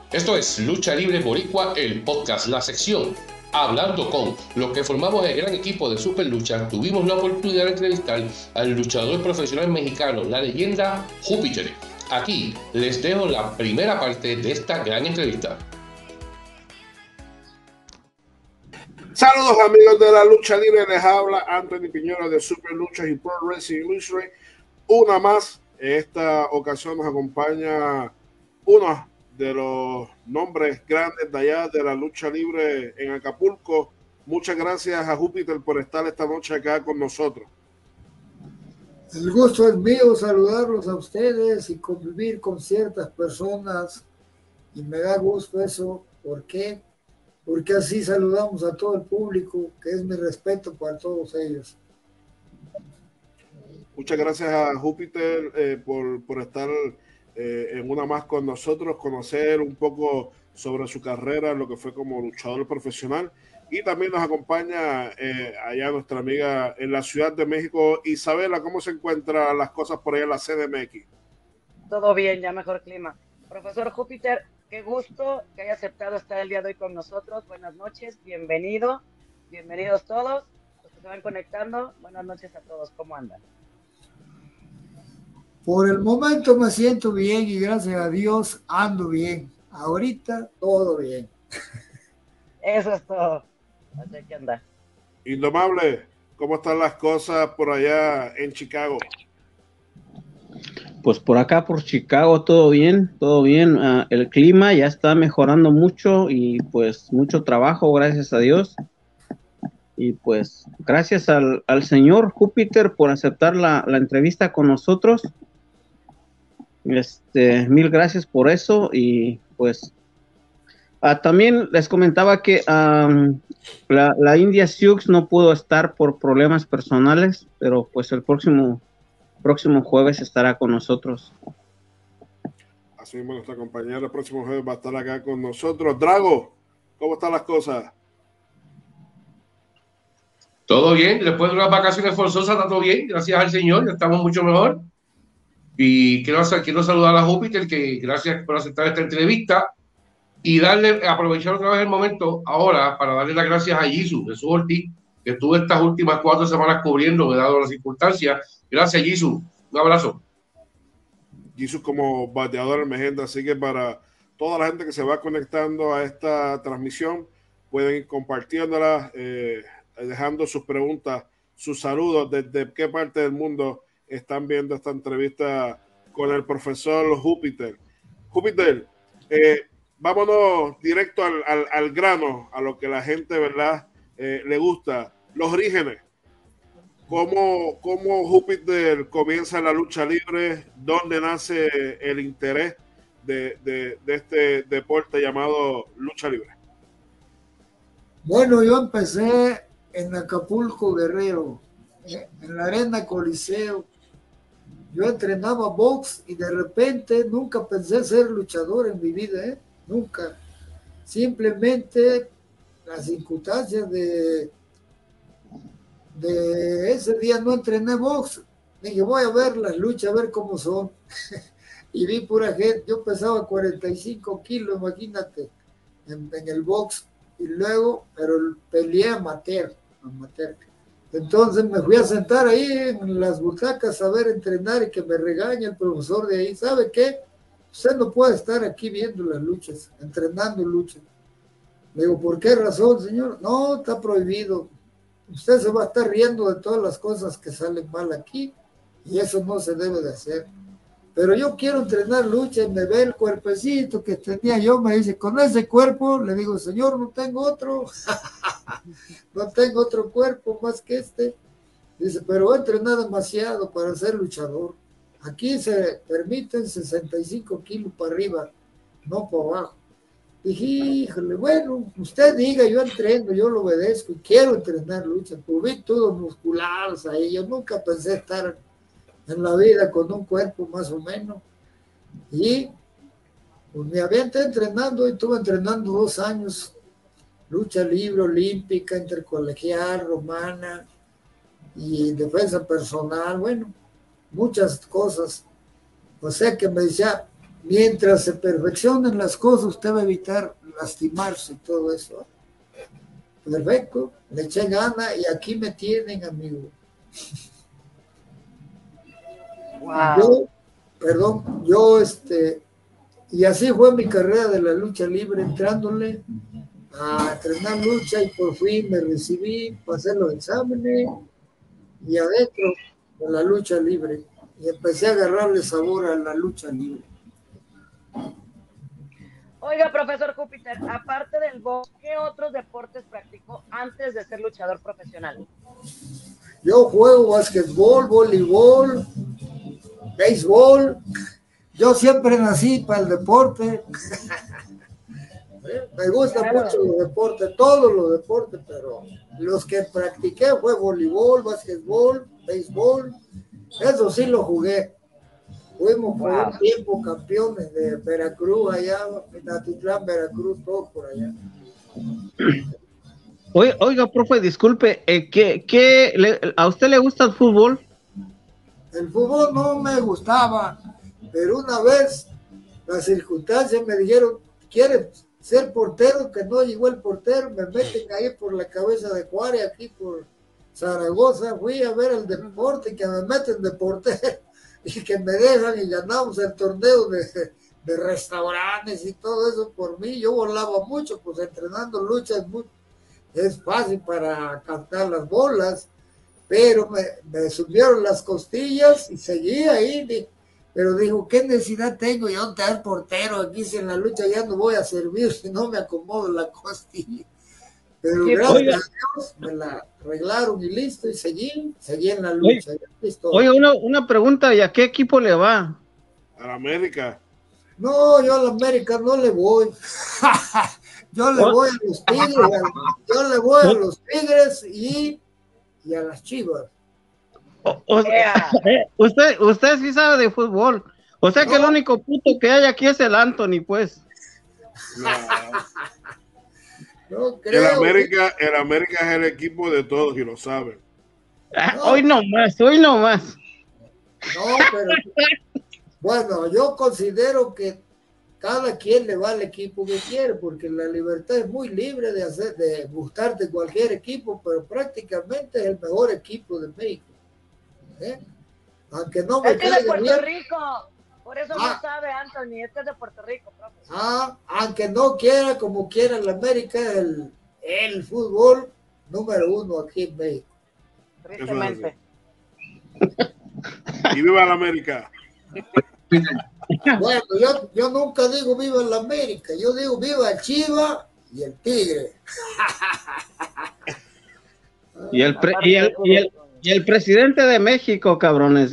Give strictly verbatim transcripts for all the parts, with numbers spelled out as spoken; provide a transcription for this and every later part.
Esto es Lucha Libre Boricua, el podcast, la sección Hablando con. Los que formamos el gran equipo de Super Lucha, tuvimos la oportunidad de entrevistar al luchador profesional mexicano, la leyenda Júpiter. Aquí les dejo la primera parte de esta gran entrevista. Saludos amigos de la lucha libre, les habla Anthony Piñera de Super Lucha y Pro Wrestling Illustrated. Una más, en esta ocasión nos acompaña uno de los nombres grandes de allá de la lucha libre en Acapulco. Muchas gracias a Júpiter por estar esta noche acá con nosotros. El gusto es mío saludarlos a ustedes y convivir con ciertas personas, y me da gusto eso. ¿Por qué? Porque así saludamos a todo el público, que es mi respeto para todos ellos. Muchas gracias a Júpiter eh, por, por estar eh, en una más con nosotros, conocer un poco sobre su carrera, lo que fue como luchador profesional. Y también nos acompaña eh, allá nuestra amiga en la Ciudad de México, Isabela. ¿Cómo se encuentran las cosas por allá en la C D M X? Todo bien, ya mejor clima. Profesor Júpiter, qué gusto que haya aceptado estar el día de hoy con nosotros. Buenas noches, bienvenido, bienvenidos todos los que se van conectando. Buenas noches a todos, ¿cómo andan? Por el momento me siento bien y gracias a Dios ando bien. Ahorita todo bien. Eso es todo. Así que anda. Indomable, ¿cómo están las cosas por allá en Chicago? Pues por acá, por Chicago, todo bien, todo bien. Uh, el clima ya está mejorando mucho y pues mucho trabajo, gracias a Dios. Y pues gracias al, al señor Júpiter por aceptar la, la entrevista con nosotros. Este, mil gracias por eso. Y pues uh, también les comentaba que um, la, la India Sioux no pudo estar por problemas personales, pero pues el próximo... próximo jueves estará con nosotros. Así mismo nuestra compañera el próximo jueves va a estar acá con nosotros. Drago, ¿cómo están las cosas? Todo bien, después de unas vacaciones forzosas está todo bien, gracias al Señor, ya estamos mucho mejor. Y quiero, quiero saludar a Júpiter, que gracias por aceptar esta entrevista y darle, aprovechar otra vez el momento ahora para darle las gracias a Jesús, Jesús Ortiz, que estuvo estas últimas cuatro semanas cubriendo, dado las circunstancias. Gracias, Jesús. Un abrazo. Jesús como bateador emergente, así que para toda la gente que se va conectando a esta transmisión, pueden ir compartiéndola, eh, dejando sus preguntas, sus saludos, desde qué parte del mundo están viendo esta entrevista con el profesor Júpiter. Júpiter, eh, vámonos directo al, al, al grano, a lo que la gente, ¿verdad?, eh, le gusta, los orígenes. ¿Cómo, cómo Júpiter comienza la lucha libre? ¿Dónde nace el interés de, de, de este deporte llamado lucha libre? Bueno, yo empecé en Acapulco, Guerrero, en la Arena Coliseo. Yo entrenaba box y de repente nunca pensé ser luchador en mi vida, ¿eh? Nunca. Simplemente las circunstancias de... de ese día no entrené box, dije voy a ver las luchas, a ver cómo son. Y vi pura gente, yo pesaba cuarenta y cinco kilos, imagínate, en, en el box, y luego, pero peleé amateur, amateur. Entonces me fui a sentar ahí en las butacas a ver entrenar y que me regañe el profesor de ahí. ¿Sabe qué? Usted no puede estar aquí viendo las luchas, entrenando luchas. Le digo, ¿por qué razón, señor? No, está prohibido. Usted se va a estar riendo de todas las cosas que salen mal aquí y eso no se debe de hacer. Pero yo quiero entrenar lucha y me ve el cuerpecito que tenía yo, me dice, con ese cuerpo, le digo, señor, no tengo otro, no tengo otro cuerpo más que este. Dice, pero he entrenado demasiado para ser luchador. Aquí se permiten sesenta y cinco kilos para arriba, no para abajo. Dije, híjole, bueno, usted diga, yo entreno, yo lo obedezco y quiero entrenar lucha, pues vi todos musculares ahí, yo nunca pensé estar en la vida con un cuerpo más o menos, y pues me aventé entrenando y estuve entrenando dos años, lucha libre, olímpica, intercolegial, romana y defensa personal, bueno, muchas cosas. O sea que me decía, mientras se perfeccionen las cosas, usted va a evitar lastimarse y todo eso. Perfecto, le eché gana y aquí me tienen, amigo. Wow. Yo, perdón, yo este, y así fue mi carrera de la lucha libre, entrándole a entrenar lucha y por fin me recibí, pasé los exámenes y adentro de la lucha libre y empecé a agarrarle sabor a la lucha libre. Oiga, profesor Júpiter, aparte del box, ¿qué otros deportes practicó antes de ser luchador profesional? Yo juego basquetbol, voleibol, béisbol. Yo siempre nací para el deporte. Me gustan Claro. mucho los deportes, todos los deportes, pero los que practiqué fue voleibol, basquetbol, béisbol. Eso sí lo jugué. Fuimos por Wow. un tiempo campeones de Veracruz allá, en Atitlán, Veracruz, todo por allá. Oiga, oiga, profe, disculpe, eh, ¿qué, qué le- ¿a usted le gusta el fútbol? El fútbol no me gustaba, pero una vez las circunstancias me dijeron, ¿quieres ser portero? Que no llegó el portero, me meten ahí por la cabeza de Juárez, aquí por Zaragoza, fui a ver el deporte, que me meten de portero y que me dejan y ganamos el torneo de, de restaurantes y todo eso por mí. Yo volaba mucho, pues entrenando lucha es, muy, es fácil para cantar las bolas, pero me, me subieron las costillas y seguí ahí. Di, pero dijo, ¿qué necesidad tengo yo de estar portero? Aquí si en la lucha ya no voy a servir si no me acomodo la costilla. Pero Sí, gracias oiga. a Dios me la arreglaron y listo, y seguí, seguí en la lucha. Oiga, y listo. oiga, una, una pregunta, ¿y a qué equipo le va? A la América. No, yo a la América no le voy. Yo le voy a los Tigres, a- yo le voy a los Tigres y, y a las Chivas. O- o- Yeah. usted, usted sí sabe de fútbol. O sea que el No. único puto que hay aquí es el Anthony, pues. No. No El creo. América, el América es el equipo de todos y lo saben. Ah, No. Hoy no más, hoy no más. No, pero bueno, yo considero que cada quien le va al equipo que quiere, porque la libertad es muy libre de hacer, de gustarte cualquier equipo, pero prácticamente es el mejor equipo de México. ¿eh? Aunque no me Este es de caiga Puerto bien, Rico. Por eso Ah. no sabe, Anthony. Este es de Puerto Rico, profe. ah, aunque no quiera, como quiera la América, el, el fútbol número uno aquí en México. Tristemente. Y viva la América. Bueno, yo, yo nunca digo viva la América, yo digo viva el Chiva y el Tigre. Y el, pre- y el, y el, y el presidente de México, cabrones.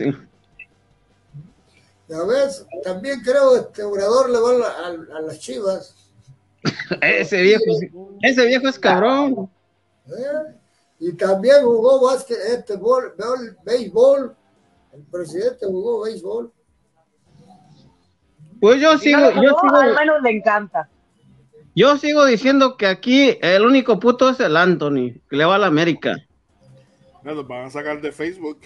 Ya ves, también creo que este Obrador le va a, la- a- a las Chivas. Ese viejo, ese viejo es cabrón. ¿eh? Y también jugó básquet, este bol, bol- béisbol. El presidente jugó béisbol. Pues yo Si no sigo, lo yo jugó, sigo, al menos le encanta. yo sigo diciendo que aquí el único puto es el Anthony, que le va a la América. No, nos van a sacar de Facebook.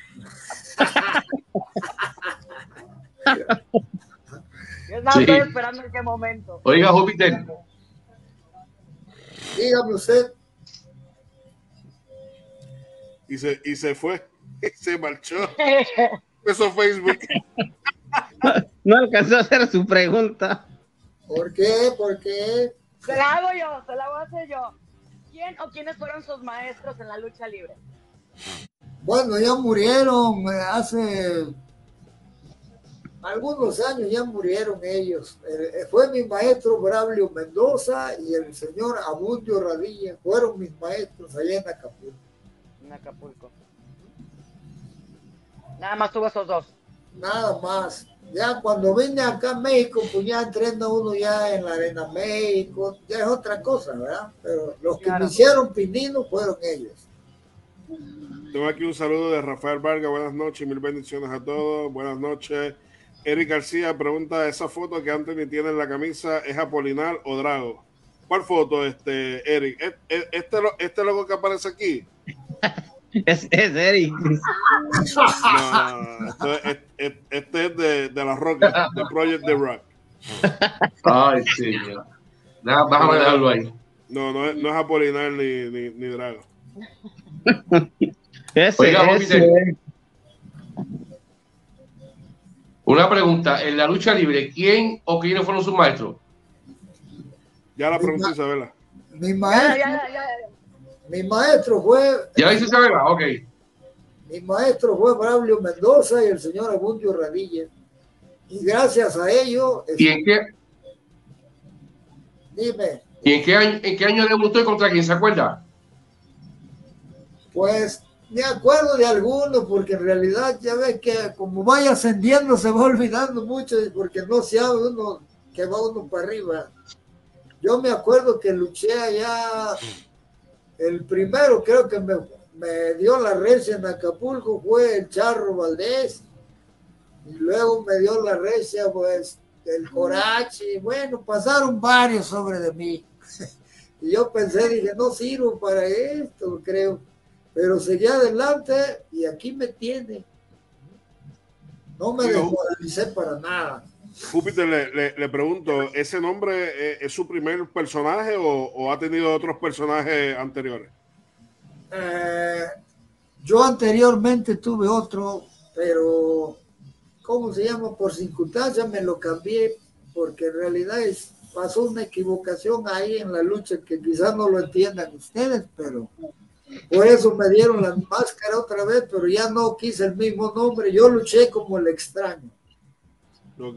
Yo nada, Sí. estoy esperando en qué momento. Oiga, Júpiter, Dígame usted. Y se, y se fue. Y se marchó. Eso Facebook. No alcanzó a hacer su pregunta. ¿Por qué? ¿Por qué? Se la hago yo, se la voy a hacer yo. ¿Quién o quiénes fueron sus maestros en la lucha libre? Bueno, ya murieron eh, hace algunos años, ya murieron ellos. Eh, fue mi maestro Braulio Mendoza y el señor Abundio Radilla. Fueron mis maestros allá en Acapulco. En Acapulco. Nada más tuvo esos dos. Nada más. Ya cuando vine acá a México, pues ya entrena uno ya en la Arena México, ya es otra cosa, ¿verdad? Pero los que Claro. me hicieron pinino fueron ellos. Tengo aquí un saludo de Rafael Vargas. Buenas noches, mil bendiciones a todos. Buenas noches. Eric García pregunta, ¿esa foto que Anthony tiene en la camisa es Apolinar o Drago? ¿Cuál foto, este, Eric? ¿E- e- ¿Este, lo- este logo que aparece aquí? Es, es Eric. No, no, no. Este, es, este es de, de La Roca, de Project The Rock. Ay, sí. Nada, déjame dejarlo ahí. No, no es, no es Apolinar ni, ni, ni Drago. Ese, Oiga, ese. Una pregunta, en la lucha libre, ¿quién o quiénes fueron sus maestros? Ya la pregunté, Isabela. Mi Ya, maestro, ya, ya, ya. mi maestro fue, ¿Ya la hizo Isabela? Ok. mi maestro fue Braulio Mendoza y el señor Abundio Radilla. Y gracias a ello, ¿Y en qué, dime, ¿y en qué año, en qué año debutó y contra quién se acuerda? pues me acuerdo de algunos, porque en realidad ya ves que como vaya ascendiendo se va olvidando mucho, porque no se habla uno que va uno para arriba. Yo me acuerdo que luché allá, el primero creo que me, me dio la recia en Acapulco fue el Charro Valdés, y luego me dio la recia pues el Corachi, bueno, pasaron varios sobre de mí. Y yo pensé, dije, no sirvo para esto, creo. Pero seguí adelante y aquí me tiene. No me desmoralicé para nada. Júpiter, le, le, le pregunto, ¿ese nombre es, es su primer personaje o, o ha tenido otros personajes anteriores? Eh, yo anteriormente tuve otro, pero ¿cómo se llama? Por circunstancias me lo cambié, porque en realidad es, pasó una equivocación ahí en la lucha que quizás no lo entiendan ustedes, pero por eso me dieron la máscara otra vez, pero ya no quise el mismo nombre. Yo luché como el extraño. Ok.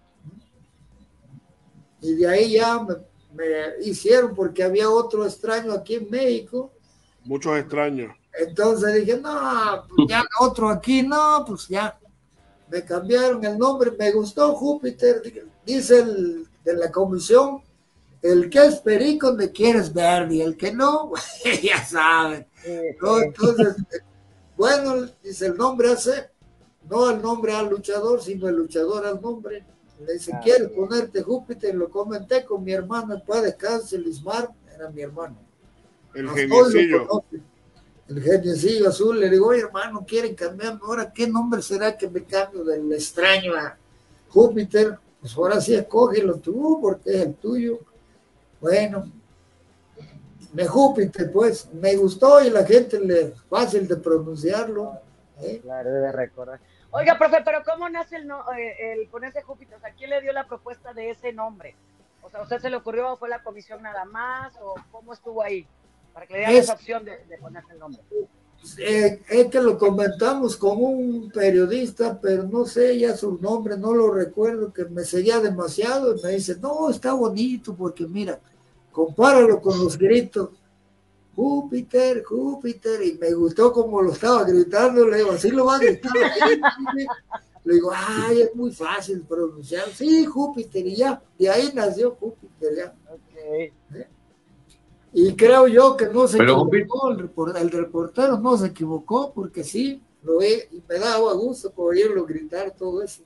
Y de ahí ya me, me hicieron, porque había otro extraño aquí en México. Muchos extraños. Entonces dije, no, pues ya otro aquí, no, pues ya. Me cambiaron el nombre, me gustó Júpiter, dice el de la comisión, el que es perico me quieres ver, y el que no, ya saben. ¿No? Entonces, bueno, dice el nombre hace, no el nombre al luchador, sino el luchador al nombre. Le dice, Ah, ¿quieres bien. ponerte Júpiter? Lo comenté con mi hermano, el padre Cáncer, Lismar, era mi hermano. El Hasta hoy lo geniecillo. conoce. El geniecillo azul, le digo, oye hermano, ¿quieren cambiarme ahora? ¿Qué nombre será que me cambio del extraño a Júpiter? Pues ahora sí escógelo tú, porque es el tuyo. Bueno, de Júpiter, pues, me gustó y la gente le fácil de pronunciarlo. ¿eh? Claro, de recordar. Oiga, profe, pero ¿cómo nace el, no, eh, el ponerse Júpiter? O sea, ¿quién le dio la propuesta de ese nombre? O sea, ¿a usted se le ocurrió o fue la comisión nada más? ¿O cómo estuvo ahí? Para que le dieran Es, esa opción de, de ponerse el nombre. eh, es que lo comentamos con un periodista, pero no sé ya su nombre, no lo recuerdo, que me seguía demasiado y me dice, no, está bonito porque mira, compáralo con los gritos. Júpiter, Júpiter, y me gustó como lo estaba gritando, le digo, así lo va a gritar la gente. Le digo, ay, es muy fácil pronunciar, sí, Júpiter, y ya, de ahí nació Júpiter, ya. Okay. Y creo yo que no se Pero, equivocó, el, report, el reportero no se equivocó, porque sí, lo ve, y me daba gusto oírlo gritar todo eso.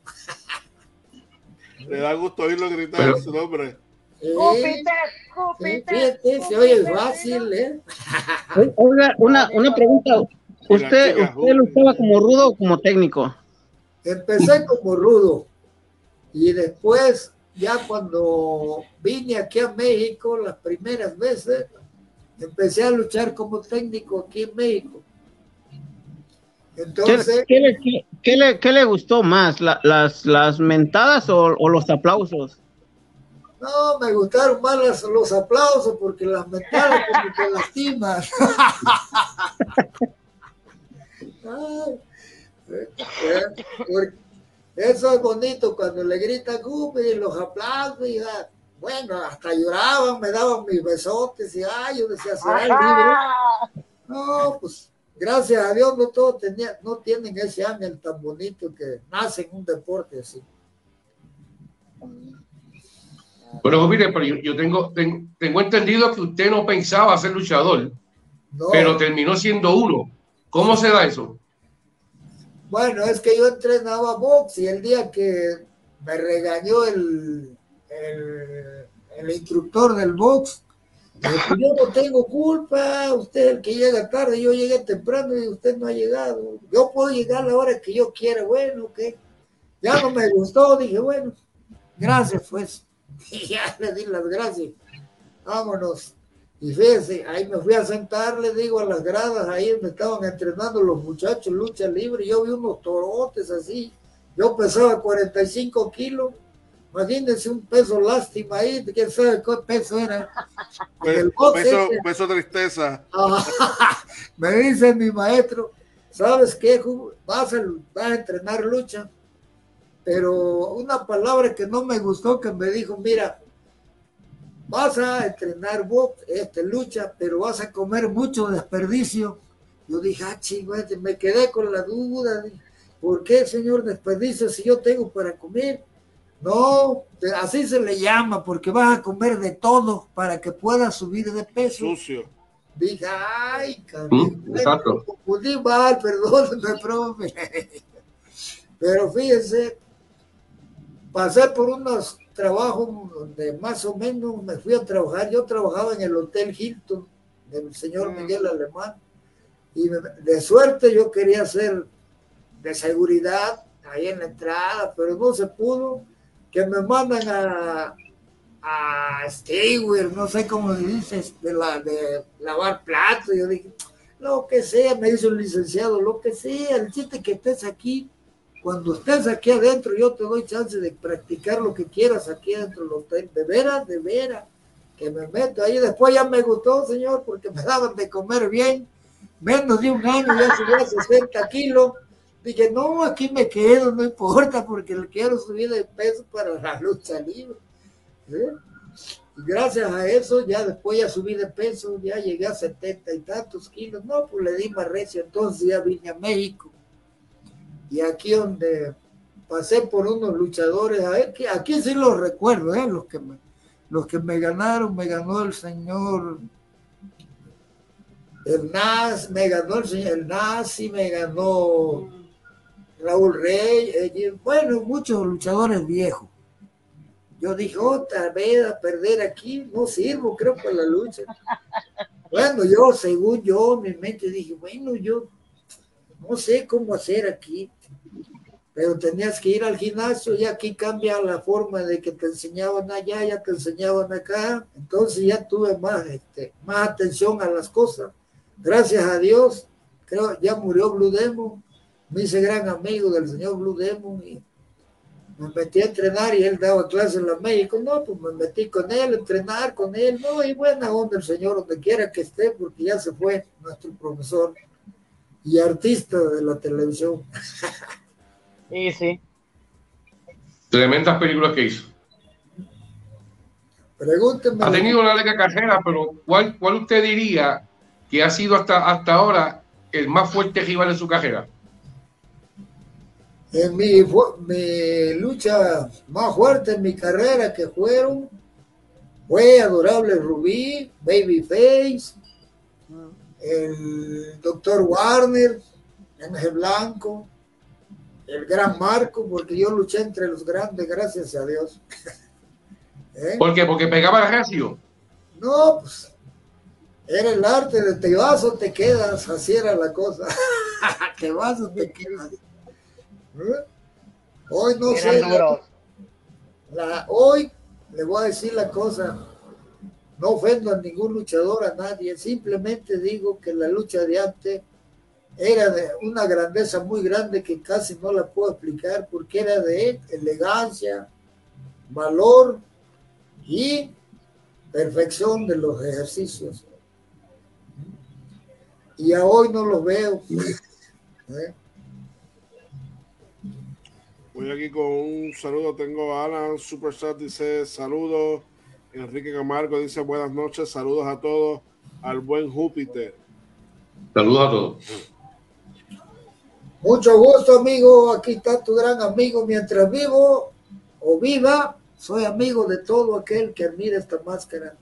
Le da gusto oírlo gritar pero, su nombre. Eh, Júpiter, eh, Júpiter. fíjate, se oye fácil, ¿eh? Oiga, una, una pregunta. Y la ¿Usted, chica, usted luchaba como rudo o como técnico? Empecé como rudo y después, ya cuando vine aquí a México las primeras veces, empecé a luchar como técnico aquí en México. Entonces, ¿Qué, qué le, qué, qué le, qué le gustó más? La, las, ¿Las mentadas o, o los aplausos? no, me gustaron más las, los aplausos porque las mentadas como que lastiman. Ay, eh, porque eso es bonito cuando le gritan y los aplausos y ah, bueno, hasta lloraban, me daban mis besotes y ay, yo decía, será el libre. No, pues gracias a Dios no todos tenía, no tienen ese ángel tan bonito que nace en un deporte así. bueno, mire, pero yo, yo tengo, ten, tengo entendido que usted no pensaba ser luchador, No. pero terminó siendo uno. ¿Cómo se da eso? Bueno, es que yo entrenaba box y el día que me regañó el, el, el instructor del box, Yo no tengo culpa, usted es el que llega tarde, yo llegué temprano y usted no ha llegado. Yo puedo llegar a la hora que yo quiera, bueno, ¿qué? Ya no me gustó, dije, bueno, gracias pues. Y ya le di las gracias. Vámonos. Y fíjese, ahí me fui a sentar, le digo, a las gradas, ahí donde estaban entrenando los muchachos, lucha libre. Yo vi unos torotes así. Yo pesaba cuarenta y cinco kilos. Imagínense un peso lástima ahí, quién sabe qué peso era. El box peso, ese, peso tristeza. Me dice mi maestro, ¿sabes qué? Vas a, vas a entrenar lucha. Pero una palabra que no me gustó, que me dijo, mira, vas a entrenar box, este, lucha, pero vas a comer mucho desperdicio. Yo dije, ah, chingüete, me quedé con la duda. ¿Por qué, señor, desperdicio si yo tengo para comer? No, así se le llama, porque vas a comer de todo para que puedas subir de peso. Sucio. Dije, ay, cabrón, mm, exacto. Me confundí mal, perdóneme, profe. Pero fíjense, pasé por unos trabajos donde más o menos me fui a trabajar. Yo trabajaba en el Hotel Hilton del señor Miguel Alemán, y me, de suerte yo quería ser de seguridad ahí en la entrada, pero no se pudo. Que me mandan a, a steward, no sé cómo se dice, de, la, de lavar platos. Yo dije, lo que sea, me dice el licenciado, lo que sea, el chiste que estés aquí, cuando estés aquí adentro, yo te doy chance de practicar lo que quieras aquí adentro del hotel. De veras, de veras, que me meto ahí. Después ya me gustó, señor, porque me daban de comer bien. Menos de un año ya subí a sesenta kilos. Dije, no, aquí me quedo, no importa, porque le quiero subir de peso para la lucha libre. ¿Eh? Y gracias a eso, ya después ya subí de peso, ya llegué a setenta y tantos kilos. No, pues le di más recio, entonces ya vine a México. Y aquí donde pasé por unos luchadores, aquí, aquí sí los recuerdo, ¿eh? los, que me, los que me ganaron, me ganó el señor... El Nas, me ganó el señor, el Nazi, me ganó Raúl Rey, eh, bueno, muchos luchadores viejos. Yo dije, otra vez a perder aquí, no sirvo, creo, para la lucha. Bueno, yo, según yo, en mi mente dije, bueno, yo no sé cómo hacer aquí, pero tenías que ir al gimnasio, y aquí cambia la forma de que te enseñaban allá, ya te enseñaban acá, entonces ya tuve más, este, más atención a las cosas. Gracias a Dios, creo, ya murió Blue Demon, me hice gran amigo del señor Blue Demon y me metí a entrenar y él daba clases en la México. No, pues me metí con él, a entrenar con él, no, y buena onda el señor, donde quiera que esté, porque ya se fue nuestro profesor y artista de la televisión. Sí, sí. Tremendas películas que hizo. Pregúnteme. Ha tenido una larga carrera, pero ¿cuál, cuál usted diría que ha sido hasta, hasta ahora el más fuerte rival en su carrera? En mi, mi lucha más fuerte en mi carrera que fueron, fue Adorable Rubí, Babyface, el doctor Warner, Ángel Blanco, el Gran Marco, porque yo luché entre los grandes, gracias a Dios. ¿Eh? ¿Por qué? Porque pegaba el recio. No, pues era el arte de te vas o te quedas, así era la cosa. Te vas o te quedas. ¿Eh? Hoy no sé. La, la, hoy le voy a decir la cosa. No ofendo a ningún luchador, a nadie. Simplemente digo que la lucha de antes era de una grandeza muy grande que casi no la puedo explicar, porque era de elegancia, valor y perfección de los ejercicios. Y a hoy no los veo. ¿Eh? Voy aquí con un saludo. Tengo a Alan Superstar, dice saludos. Enrique Camargo dice buenas noches, saludos a todos. Al buen Júpiter. Saludos a todos. Mucho gusto, amigo. Aquí está tu gran amigo. Mientras vivo o viva, soy amigo de todo aquel que admira esta máscara.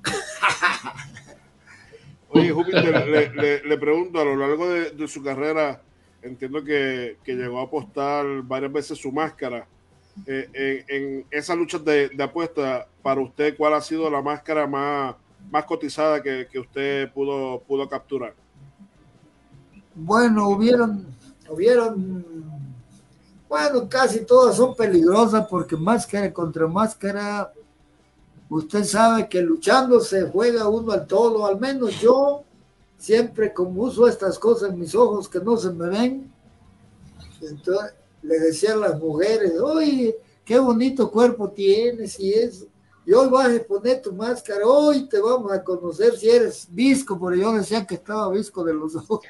Oye, Júpiter, le, le, le pregunto, a lo largo de, de su carrera, entiendo que, que llegó a apostar varias veces su máscara. Eh, en, en esas luchas de, de apuesta, para usted, ¿cuál ha sido la máscara más, más cotizada que, que usted pudo, pudo capturar? Bueno, hubieron, hubieron, bueno, casi todas son peligrosas porque máscara contra máscara, usted sabe que luchando se juega uno al todo, al menos yo siempre como uso estas cosas en mis ojos que no se me ven, entonces le decía a las mujeres, oye, qué bonito cuerpo tienes y eso. Y hoy vas a poner tu máscara, hoy te vamos a conocer si eres visco, porque yo decía que estaba visco de los ojos.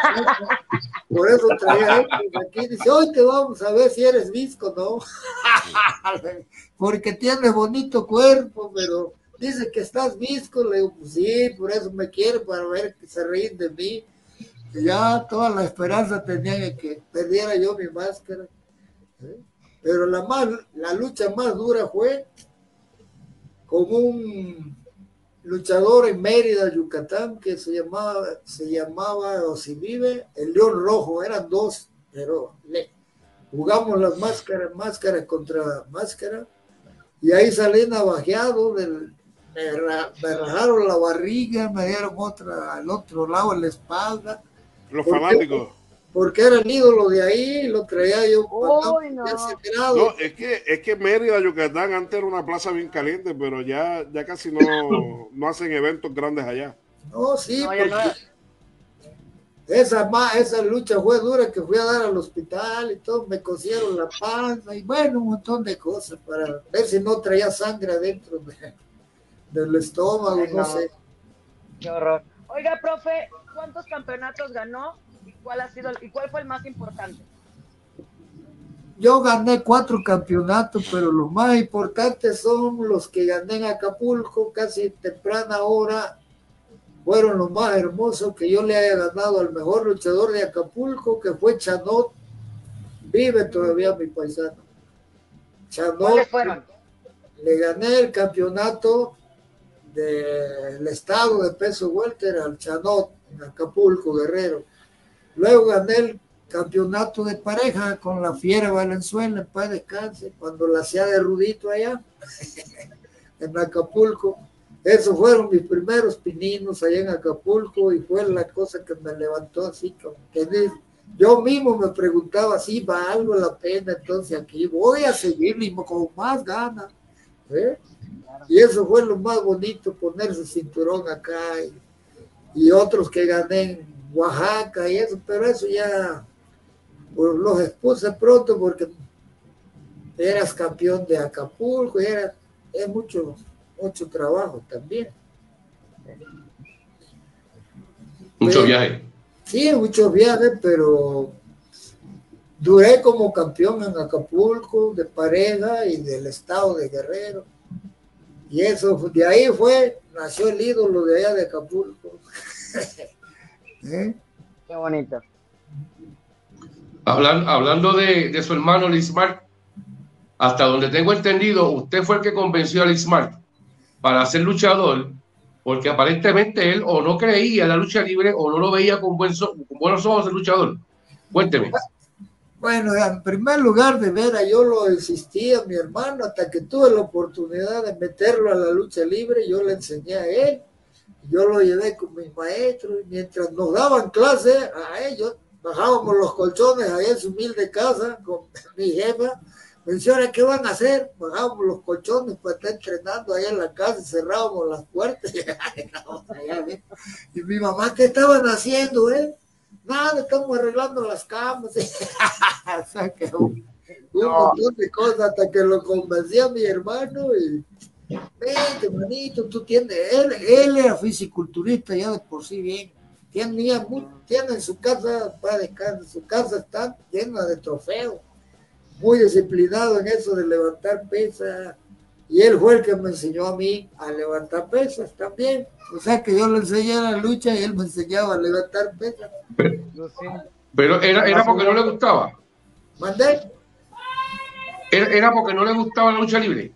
Por eso traía esto aquí, dice, hoy te vamos a ver si eres visco, ¿no? Porque tienes bonito cuerpo, pero dice que estás visco, le digo, pues sí, por eso me quiere, para ver que se ríen de mí. Y ya toda la esperanza tenía de que perdiera yo mi máscara. ¿Eh? Pero la, más, la lucha más dura fue con un luchador en Mérida, Yucatán, que se llamaba, se llamaba, o si vive, el León Rojo, eran dos, pero le, jugamos las máscaras, máscara contra máscara, y ahí salí navajeado, del, me, me rajaron la barriga, me dieron otra al otro lado en la espalda. Los fanáticos. Porque era el ídolo de ahí, lo traía yo. Uy, no. No, es que, es que Mérida, Yucatán, antes era una plaza bien caliente, pero ya, ya casi no, no hacen eventos grandes allá. No, sí, No, porque no. esa, esa lucha fue dura, que fui a dar al hospital y todo, me cosieron la panza y bueno, un montón de cosas para ver si no traía sangre adentro de, del estómago, Ay, no, no sé. Qué horror. Oiga, profe, ¿cuántos campeonatos ganó? ¿Y cuál ha sido y cuál fue el más importante? Yo gané cuatro campeonatos, pero los más importantes son los que gané en Acapulco, casi temprana hora. Fueron los más hermosos que yo le haya ganado al mejor luchador de Acapulco, que fue Chanot. Vive todavía mi paisano. Chanot. ¿Cuáles fueron? Le gané el campeonato del estado de peso welter al Chanot en Acapulco, Guerrero. Luego gané el campeonato de pareja con la Fiera Valenzuela en paz descanse, cuando la hacía de Rudito allá en Acapulco. Esos fueron mis primeros pininos allá en Acapulco y fue la cosa que me levantó así como que yo mismo me preguntaba si valgo la pena, entonces aquí voy a seguir con más ganas, ¿eh? Y eso fue lo más bonito, ponerse cinturón acá y, y otros que gané en Oaxaca y eso, pero eso ya pues, los expuse pronto porque eras campeón de Acapulco y era, es mucho, mucho trabajo también. Muchos viajes. Sí, muchos viajes, pero duré como campeón en Acapulco de pareja y del estado de Guerrero. Y eso, de ahí fue, nació el ídolo de allá de Acapulco. ¿Eh? Qué bonito. Hablan, hablando de, de su hermano Lismar, hasta donde tengo entendido, usted fue el que convenció a Lismar para ser luchador, porque aparentemente él o no creía en la lucha libre o no lo veía con, buen so, con buenos ojos el luchador. Cuénteme. Bueno, en primer lugar, de veras, yo lo insistí a mi hermano hasta que tuve la oportunidad de meterlo a la lucha libre, yo le enseñé a él, yo lo llevé con mis maestros, y mientras nos daban clase a ellos, bajábamos los colchones ahí en su humilde casa con mi jefa, me decía, ¿ahora qué van a hacer? Bajábamos los colchones para estar entrenando ahí en la casa y cerrábamos las puertas. Y mi mamá, ¿qué estaban haciendo, eh? Nada, estamos arreglando las camas. O sea, que un, un no. montón de cosas hasta que lo convencí a mi hermano y vete, manito, tú tienes, él, él era fisiculturista ya de por sí bien. Tiene, tiene en su casa, para descansar, su casa está llena de trofeos. Muy disciplinado en eso de levantar pesas. Y él fue el que me enseñó a mí a levantar pesas también. O sea que yo le enseñé la lucha y él me enseñaba a levantar pesas. Pero, pero era, era porque no le gustaba. ¿Mandé? Era, era porque no le gustaba la lucha libre.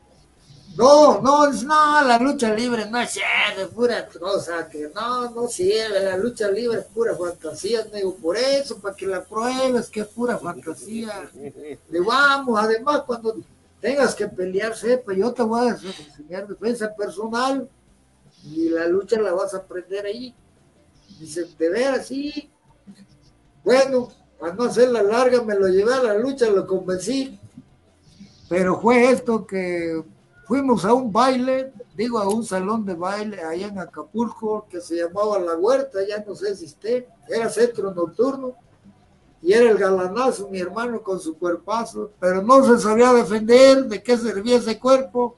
No, no, no, la lucha libre no sirve, pura cosa, que no, no sirve, la lucha libre es pura fantasía, digo, por eso, para que la pruebes, que es pura fantasía. Le vamos, además, cuando tengas que pelear, sepa, yo te voy a enseñar defensa personal, y la lucha la vas a aprender ahí. Dice, de veras, sí. Bueno, para no hacerla larga, me lo llevé a la lucha, lo convencí. Pero fue esto que fuimos a un baile, digo, a un salón de baile allá en Acapulco, que se llamaba La Huerta, ya no sé si esté, era centro nocturno, y era el galanazo, mi hermano, con su cuerpazo, pero no se sabía defender, de qué servía ese cuerpo.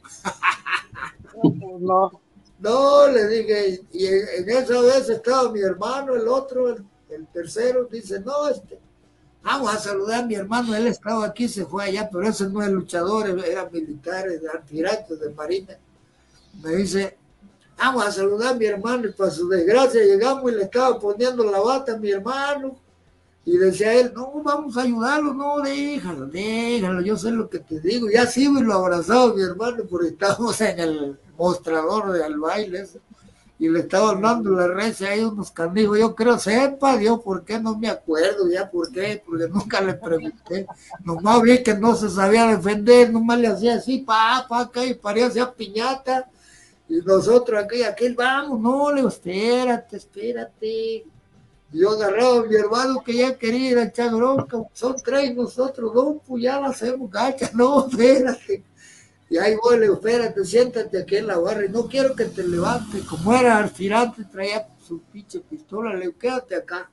No. No, le dije, y en, en esa vez estaba mi hermano, el otro, el, el tercero, dice, no, este, vamos a saludar a mi hermano, él estaba aquí, se fue allá, pero ese no es luchador, era militar, almirante de marina. Me dice, vamos a saludar a mi hermano, y para su desgracia llegamos y le estaba poniendo la bata a mi hermano, y decía él, no, vamos a ayudarlo, no, déjalo, déjalo, yo sé lo que te digo, y así y lo abrazaba a mi hermano, porque estábamos en el mostrador del baile ese, y le estaba hablando la recia ahí unos canijos, yo creo, sepa Dios por qué, no me acuerdo ya por qué, porque nunca le pregunté, nomás vi que no se sabía defender, nomás le hacía así, pa, pa, acá, y parecía piñata, y nosotros aquí, aquel, vamos, no, le digo, espérate, espérate, y yo agarraba a mi hermano que ya quería ir a echar bronca, son tres nosotros dos, pues ya la hacemos gacha, no, espérate. Y ahí voy, le digo, espérate, siéntate aquí en la barra, y no quiero que te levantes, como era aspirante, traía su pinche pistola, le digo, quédate acá,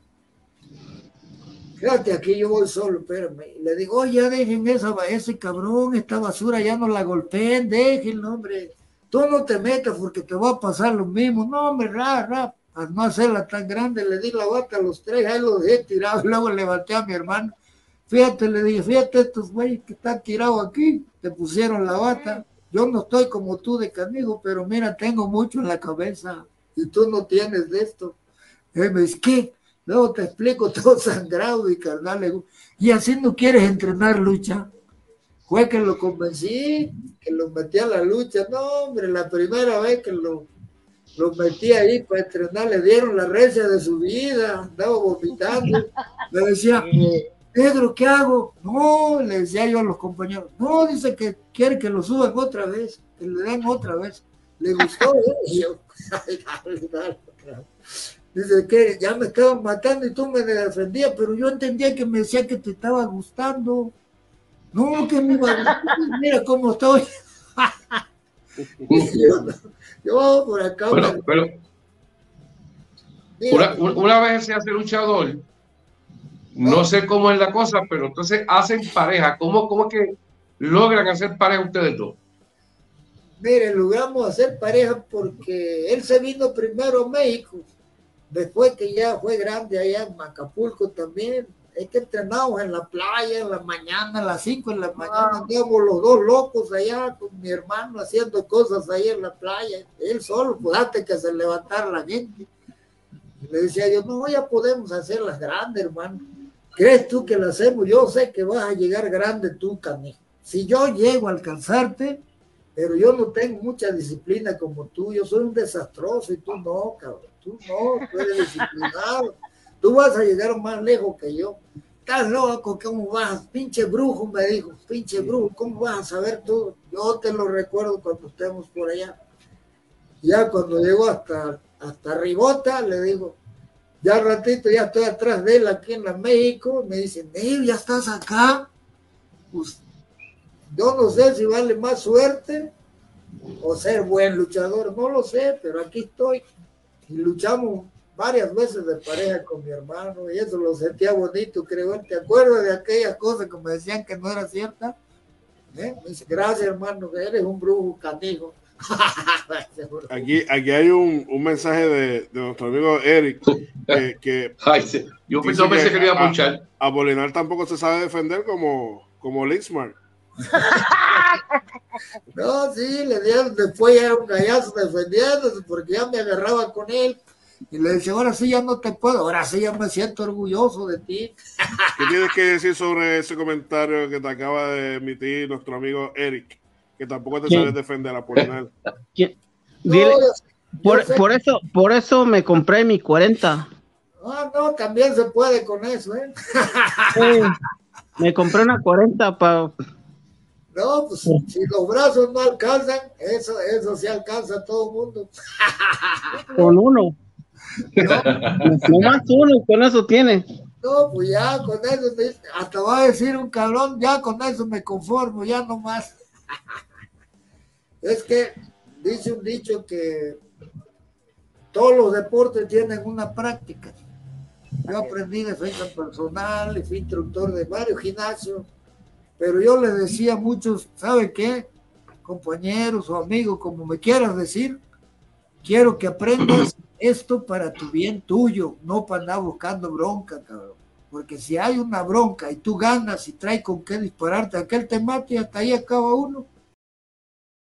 quédate aquí, yo voy solo, espérame. Y le digo, oye, ya dejen esa, ese cabrón, esta basura, ya no la golpeen, déjenlo, hombre, tú no te metas porque te va a pasar lo mismo, no, hombre, ra, ra, para no hacerla tan grande, le di la bata a los tres, ahí los dejé tirados, y luego levanté a mi hermano. Fíjate, le dije, fíjate estos güeyes que están tirados aquí, te pusieron la bata. Yo no estoy como tú de canijo, pero mira, tengo mucho en la cabeza y tú no tienes de esto. Y me dice, ¿qué? Luego te explico todo sangrado y carnal. Le digo, ¿y así no quieres entrenar lucha? Fue que lo convencí, que lo metí a la lucha. No, hombre, la primera vez que lo, lo metí ahí para entrenar, le dieron la recia de su vida, andaba vomitando. Le decía, Pedro, ¿qué hago? No, le decía yo a los compañeros, no, dice que quiere que lo suban otra vez, que le den otra vez. Le gustó, ¿eh? Y yo, ay, dale, dale, otra vez. Dice que ya me estaban matando y tú me defendías, pero yo entendía que me decía que te estaba gustando. No, que me iba a gustar, mira cómo estoy. yo, yo por acá. Bueno, me... pero una, una vez se hace luchador, no sé cómo es la cosa, pero entonces hacen pareja. ¿Cómo, cómo es que logran hacer pareja ustedes dos? Mire, logramos hacer pareja porque él se vino primero a México, después que ya fue grande allá en Acapulco también. Es que entrenamos en la playa, en la mañana, a las cinco de la mañana, andábamos los dos locos allá con mi hermano haciendo cosas ahí en la playa. Él solo, pues antes que se levantara la gente. Y le decía yo, no, ya podemos hacerlas grandes, hermano. ¿Crees tú que las hacemos? Yo sé que vas a llegar grande tú, canijo. Si yo llego a alcanzarte, pero yo no tengo mucha disciplina como tú, yo soy un desastroso y tú no, cabrón. Tú no, tú eres disciplinado. Tú vas a llegar más lejos que yo. Estás loco, ¿cómo vas? Pinche brujo, me dijo. Pinche brujo, ¿cómo vas a saber tú? Yo te lo recuerdo cuando estemos por allá. Ya cuando llegó hasta, hasta Ribota, le digo, ya ratito, ya estoy atrás de él aquí en la México. Me dice, Neil, ¿ya estás acá? Pues, yo no sé si vale más suerte o ser buen luchador, no lo sé, pero aquí estoy. Y luchamos varias veces de pareja con mi hermano, y eso lo sentía bonito, creo. ¿Te acuerdas de aquellas cosas que me decían que no era cierta? ¿Eh? Me dice, gracias, hermano, que eres un brujo canijo. Aquí, aquí hay un, un mensaje de, de nuestro amigo Eric que, que Ay, sí. Yo pensé que, que quería ponchar. A, a Bolinar tampoco se sabe defender como, como Lixmar. No, sí, le dieron, después ya era un gallazo defendiéndose porque ya me agarraba con él y le decía, ahora sí ya no te puedo, ahora sí ya me siento orgulloso de ti. ¿Qué tienes que decir sobre ese comentario que te acaba de emitir nuestro amigo Eric? Que tampoco te ¿Quién? sabes defender a Polinar. ¿Quién? No, Dile, yo, por, yo por eso, por eso me compré mi cuarenta. Ah, no, también se puede con eso, ¿eh? Sí, me compré una cuarenta para No, pues si los brazos no alcanzan, eso, eso sí alcanza a todo el mundo. Con uno. No, No más uno, con eso tiene. no, pues ya con eso, hasta va a decir un cabrón, ya con eso me conformo, ya no más. Es que dice un dicho que todos los deportes tienen una práctica. Yo aprendí defensa personal y fui instructor de varios gimnasios, pero yo les decía a muchos, ¿sabe qué? Compañeros o amigos, como me quieras decir, quiero que aprendas esto para tu bien tuyo, no para andar buscando bronca, cabrón. Porque si hay una bronca y tú ganas y traes con qué dispararte, aquel te mate y hasta ahí acaba uno.